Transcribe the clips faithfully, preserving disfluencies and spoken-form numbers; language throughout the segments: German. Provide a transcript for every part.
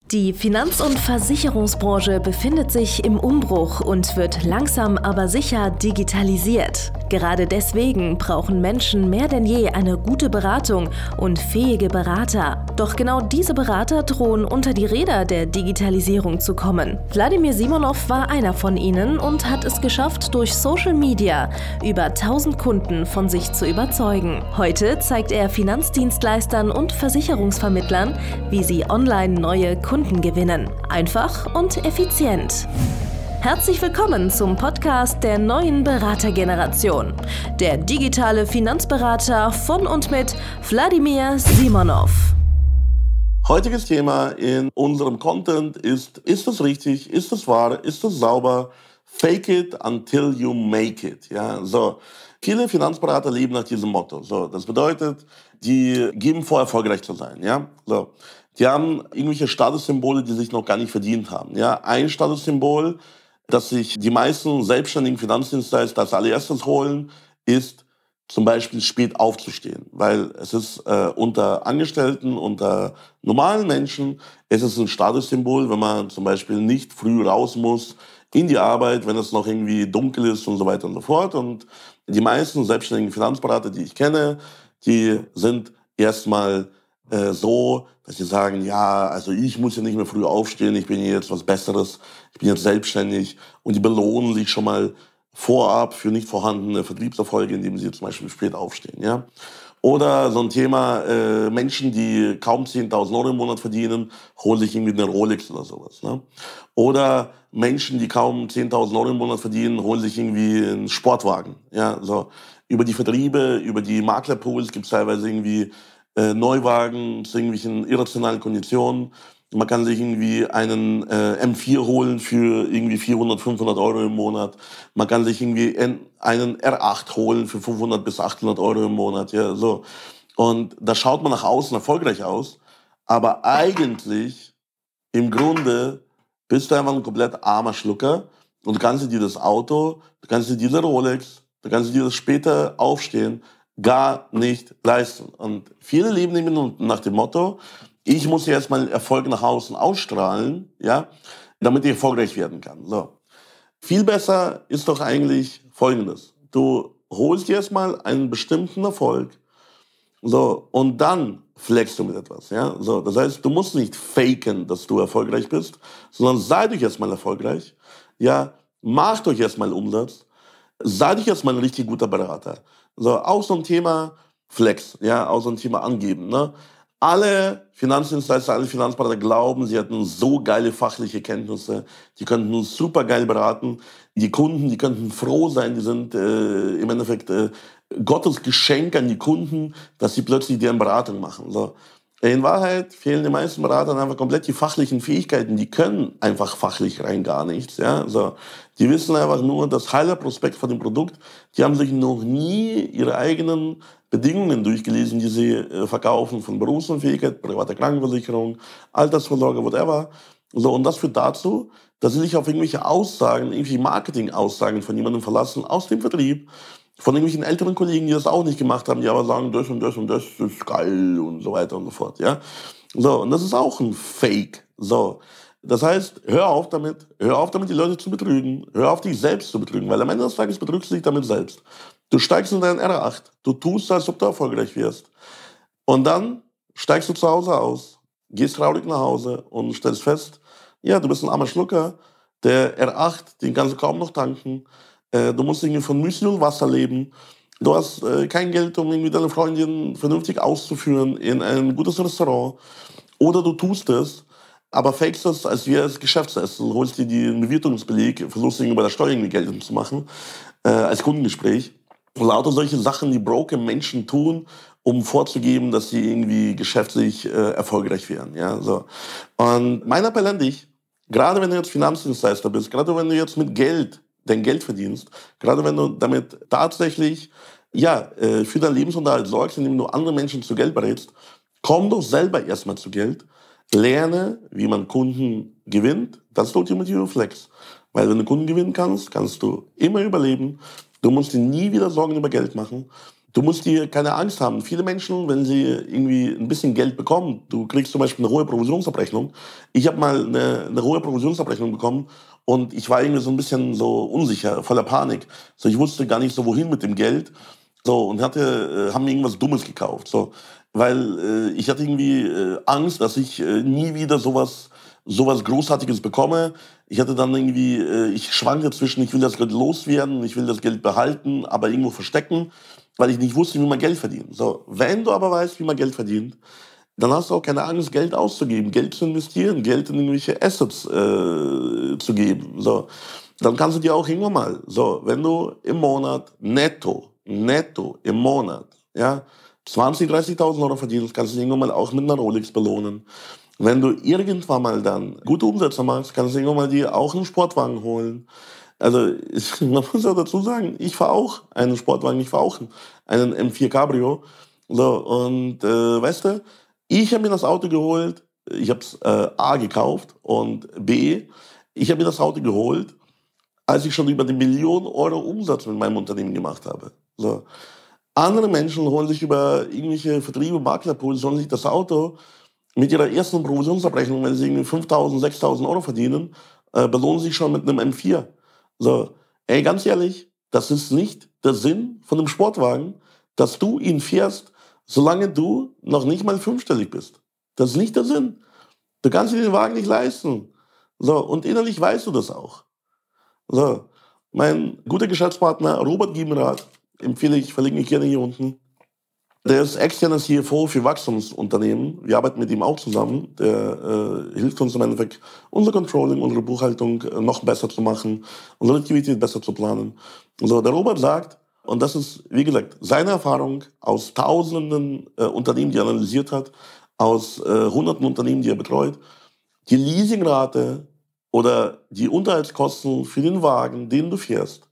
Die Finanz- und Versicherungsbranche befindet sich im Umbruch und wird langsam aber sicher digitalisiert. Gerade deswegen brauchen Menschen mehr denn je eine gute Beratung und fähige Berater. Doch genau diese Berater drohen unter die Räder der Digitalisierung zu kommen. Wladimir Simonov war einer von ihnen und hat es geschafft, durch Social Media über tausend Kunden von sich zu überzeugen. Heute zeigt er Finanzdienstleistern und Versicherungsvermittlern, wie sie online neue Kunden gewinnen. Einfach und effizient. Herzlich willkommen zum Podcast der neuen Beratergeneration. Der digitale Finanzberater von und mit Wladimir Simonov. Heutiges Thema in unserem Content ist, ist es richtig, ist es wahr, ist es sauber? Fake it until you make it. Ja, so. Viele Finanzberater leben nach diesem Motto. So, das bedeutet, die geben vor, erfolgreich zu sein. Ja, so. Die haben irgendwelche Statussymbole, die sich noch gar nicht verdient haben. Ja, ein Statussymbol, das sich die meisten selbstständigen Finanzdienstleister als allererstes holen, ist zum Beispiel spät aufzustehen. Weil es ist äh, unter Angestellten, unter normalen Menschen, es ist ein Statussymbol, wenn man zum Beispiel nicht früh raus muss in die Arbeit, wenn es noch irgendwie dunkel ist und so weiter und so fort. Und die meisten selbstständigen Finanzberater, die ich kenne, die sind erstmal äh, so, dass sie sagen, ja, also ich muss ja nicht mehr früh aufstehen, ich bin jetzt was Besseres, ich bin jetzt selbstständig, und die belohnen sich schon mal vorab für nicht vorhandene Vertriebserfolge, indem sie zum Beispiel spät aufstehen. Ja? Oder so ein Thema, äh, Menschen, die kaum zehntausend Euro im Monat verdienen, holen sich irgendwie eine Rolex oder sowas. Ne? Oder Menschen, die kaum zehntausend Euro im Monat verdienen, holen sich irgendwie einen Sportwagen. Ja? So. Über die Vertriebe, über die Maklerpools gibt es teilweise irgendwie äh, Neuwagen zu irgendwelchen irrationalen Konditionen. Man kann sich irgendwie einen äh, M vier holen für irgendwie vierhundert, fünfhundert Euro im Monat. Man kann sich irgendwie einen R acht holen für fünfhundert bis achthundert Euro im Monat. Ja, so. Und da schaut man nach außen erfolgreich aus. Aber eigentlich, im Grunde, bist du einfach ein komplett armer Schlucker. Und du kannst dir das Auto, du kannst dir diese Rolex, du kannst dir das später aufstehen, gar nicht leisten. Und viele leben eben nach dem Motto, ich muss jetzt mal Erfolg nach außen ausstrahlen, ja, damit ich erfolgreich werden kann. So. Viel besser ist doch eigentlich Folgendes. Du holst jetzt mal einen bestimmten Erfolg, so, und dann flexst du mit etwas. Ja? So, das heißt, du musst nicht faken, dass du erfolgreich bist, sondern seid euch erstmal erfolgreich. Ja? Macht euch erstmal Umsatz. Seid euch erstmal ein richtig guter Berater. So, auch so ein Thema Flex, ja, auch so ein Thema Angeben. Ne? Alle Finanzdienstleister, alle Finanzberater glauben, sie hätten so geile fachliche Kenntnisse, die könnten uns super geil beraten. Die Kunden, die könnten froh sein, die sind äh, im Endeffekt äh, Gottes Geschenk an die Kunden, dass sie plötzlich deren Beratung machen. So. In Wahrheit fehlen den meisten Beratern einfach komplett die fachlichen Fähigkeiten. Die können einfach fachlich rein gar nichts. Ja? So. Die wissen einfach nur das Heilerprospekt von dem Produkt. Die haben sich noch nie ihre eigenen Bedingungen durchgelesen, die sie äh, verkaufen, von Berufsunfähigkeit, private Krankenversicherung, Altersvorsorge, whatever. So, und das führt dazu, dass sie sich auf irgendwelche Aussagen, irgendwelche Marketing-Aussagen von jemandem verlassen, aus dem Vertrieb, von irgendwelchen älteren Kollegen, die das auch nicht gemacht haben, die aber sagen, das und das und das ist geil und so weiter und so fort. Ja? So, und das ist auch ein Fake. So. Das heißt, hör auf damit, hör auf damit, die Leute zu betrügen, hör auf, dich selbst zu betrügen, weil am Ende des Tages betrügst du dich damit selbst. Du steigst in deinen R acht, du tust, als ob du erfolgreich wirst. Und dann steigst du zu Hause aus, gehst traurig nach Hause und stellst fest, ja, du bist ein armer Schlucker, der R acht, den kannst du kaum noch tanken, äh, du musst irgendwie von Müsli und Wasser leben, du hast äh, kein Geld, um irgendwie deine Freundin vernünftig auszuführen in ein gutes Restaurant, oder du tust es, aber fakest es, als wäre es Geschäftsessen, holst dir den Bewirtungsbeleg, versuchst irgendwie bei der Steuer irgendwie Geld zu machen, äh, als Kundengespräch. Und lauter solche Sachen, die broken Menschen tun, um vorzugeben, dass sie irgendwie geschäftlich äh, erfolgreich wären. Ja, so. Und mein Appell an dich, gerade wenn du jetzt Finanzdienstleister bist, gerade wenn du jetzt mit Geld dein Geld verdienst, gerade wenn du damit tatsächlich ja, äh, für deinen Lebensunterhalt sorgst, indem du andere Menschen zu Geld berätst, komm doch selber erstmal zu Geld, lerne, wie man Kunden gewinnt, das ist der ultimative Flex. Weil wenn du Kunden gewinnen kannst, kannst du immer überleben. Du musst dir nie wieder Sorgen über Geld machen. du musst dir keine Angst haben. Viele Menschen, wenn sie irgendwie ein bisschen Geld bekommen, du kriegst zum Beispiel eine hohe Provisionsabrechnung. Ich habe mal eine, eine hohe Provisionsabrechnung bekommen und ich war irgendwie so ein bisschen so unsicher, voller Panik. So, ich wusste gar nicht so, wohin mit dem Geld. So, und hatte, äh, haben mir irgendwas Dummes gekauft. So, weil äh, ich hatte irgendwie äh, Angst, dass ich äh, nie wieder sowas, sowas Großartiges bekomme. Ich hatte dann irgendwie, äh, ich schwankte zwischen, ich will das Geld loswerden, ich will das Geld behalten, aber irgendwo verstecken, weil ich nicht wusste, wie man Geld verdient. So, wenn du aber weißt, wie man Geld verdient, dann hast du auch keine Angst, Geld auszugeben, Geld zu investieren, Geld in irgendwelche Assets äh, zu geben. So, dann kannst du dir auch irgendwann mal, so, wenn du im Monat netto, netto im Monat, ja, zwanzigtausend, dreißigtausend Euro verdienst, kannst du dich irgendwann mal auch mit einer Rolex belohnen. Wenn du irgendwann mal dann gute Umsätze machst, kannst du irgendwann mal dir auch einen Sportwagen holen. Also, man muss auch dazu sagen, ich fahre auch einen Sportwagen, ich fahre auch einen M vier Cabrio. So, und äh, weißt du, ich habe mir das Auto geholt, ich habe es äh, A gekauft und B, ich habe mir das Auto geholt, als ich schon über die Million Euro Umsatz mit meinem Unternehmen gemacht habe. So. Andere Menschen holen sich über irgendwelche Vertriebe, Maklerpools, holen sich das Auto mit ihrer ersten Provisionsabrechnung, wenn sie irgendwie fünftausend, sechstausend Euro verdienen, äh, belohnen sich schon mit einem M vier. So, ey, ganz ehrlich, das ist nicht der Sinn von einem Sportwagen, dass du ihn fährst, solange du noch nicht mal fünfstellig bist. Das ist nicht der Sinn. Du kannst dir den Wagen nicht leisten. So, und innerlich weißt du das auch. So, mein guter Geschäftspartner Robert Giebenrath, empfehle ich, verlinke ich gerne hier unten. Der ist externer C F O für Wachstumsunternehmen. Wir arbeiten mit ihm auch zusammen. Der äh, hilft uns im Endeffekt, unser Controlling, unsere Buchhaltung äh, noch besser zu machen, unsere Aktivität besser zu planen. So, der Robert sagt, und das ist, wie gesagt, seine Erfahrung aus tausenden äh, Unternehmen, die er analysiert hat, aus äh, hunderten Unternehmen, die er betreut, die Leasingrate oder die Unterhaltskosten für den Wagen, den du fährst,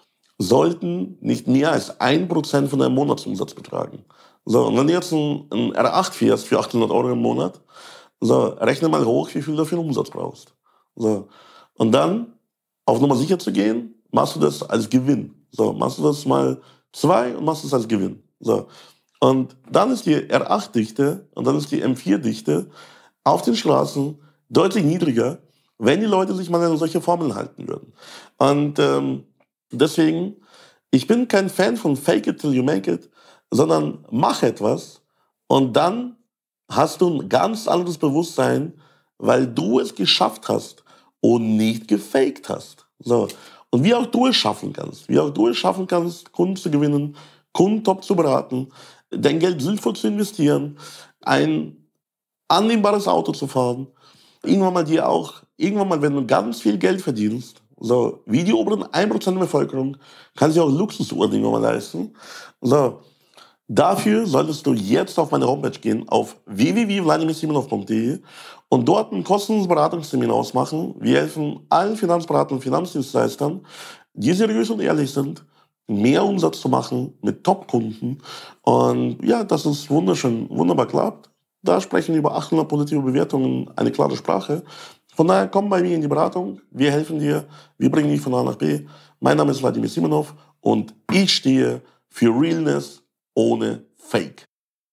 sollten nicht mehr als ein Prozent von deinem Monatsumsatz betragen. So, und wenn du jetzt einen, einen R acht fährst für achthundert Euro im Monat, so, rechne mal hoch, wie viel du für einen Umsatz brauchst. So, und dann, auf Nummer sicher zu gehen, machst du das als Gewinn. So, machst du das mal zwei und machst es als Gewinn. So, und dann ist die R acht Dichte und dann ist die M vier Dichte auf den Straßen deutlich niedriger, wenn die Leute sich mal an solche Formeln halten würden. Und ähm, deswegen, ich bin kein Fan von Fake it till you make it, sondern mach etwas und dann hast du ein ganz anderes Bewusstsein, weil du es geschafft hast und nicht gefaked hast. So. Und wie auch du es schaffen kannst, wie auch du es schaffen kannst, Kunden zu gewinnen, Kunden top zu beraten, dein Geld sinnvoll zu investieren, ein annehmbares Auto zu fahren, irgendwann mal dir auch, irgendwann mal, wenn du ganz viel Geld verdienst, so, wie die oberen ein Prozent der Bevölkerung, kann sich auch Luxusuhren irgendwann mal leisten. So, dafür solltest du jetzt auf meine Homepage gehen, auf w w w punkt wladimir simonov punkt d e und dort einen kostenlosen Beratungstermin ausmachen. Wir helfen allen Finanzberatern und Finanzdienstleistern, die seriös und ehrlich sind, mehr Umsatz zu machen mit Top-Kunden. Und ja, das ist wunderschön, wunderbar klappt. Da sprechen über achthundert positive Bewertungen eine klare Sprache. Von daher komm bei mir in die Beratung, wir helfen dir, wir bringen dich von A nach B. Mein Name ist Wladimir Simonov und ich stehe für Realness ohne Fake.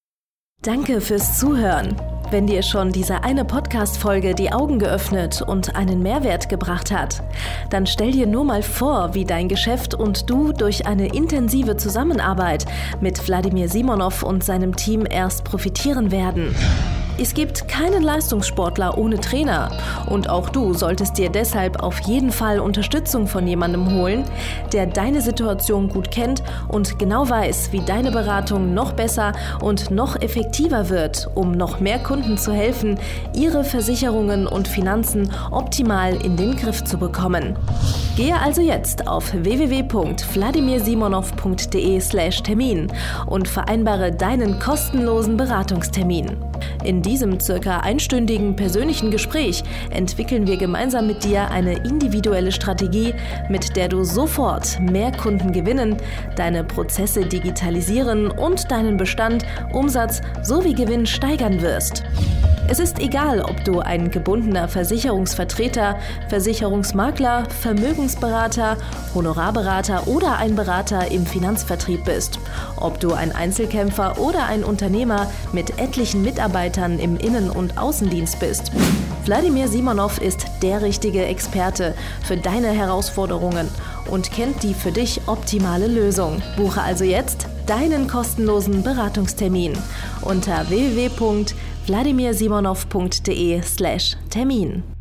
Danke fürs Zuhören. Wenn dir schon diese eine Podcast-Folge die Augen geöffnet und einen Mehrwert gebracht hat, dann stell dir nur mal vor, wie dein Geschäft und du durch eine intensive Zusammenarbeit mit Wladimir Simonov und seinem Team erst profitieren werden. Es gibt keinen Leistungssportler ohne Trainer und auch du solltest dir deshalb auf jeden Fall Unterstützung von jemandem holen, der deine Situation gut kennt und genau weiß, wie deine Beratung noch besser und noch effektiver wird, um noch mehr Kunden zu helfen, ihre Versicherungen und Finanzen optimal in den Griff zu bekommen. Gehe also jetzt auf w w w punkt wladimir simonov punkt d e slash Termin und vereinbare deinen kostenlosen Beratungstermin. In diesem circa einstündigen persönlichen Gespräch entwickeln wir gemeinsam mit dir eine individuelle Strategie, mit der du sofort mehr Kunden gewinnen, deine Prozesse digitalisieren und deinen Bestand, Umsatz sowie Gewinn steigern wirst. Es ist egal, ob du ein gebundener Versicherungsvertreter, Versicherungsmakler, Vermögensberater, Honorarberater oder ein Berater im Finanzvertrieb bist. Ob du ein Einzelkämpfer oder ein Unternehmer mit etlichen Mitarbeitern im Innen- und Außendienst bist. Wladimir Simonov ist der richtige Experte für deine Herausforderungen und kennt die für dich optimale Lösung. Buche also jetzt deinen kostenlosen Beratungstermin unter w w w punkt wladimir simonov punkt de slash Termin.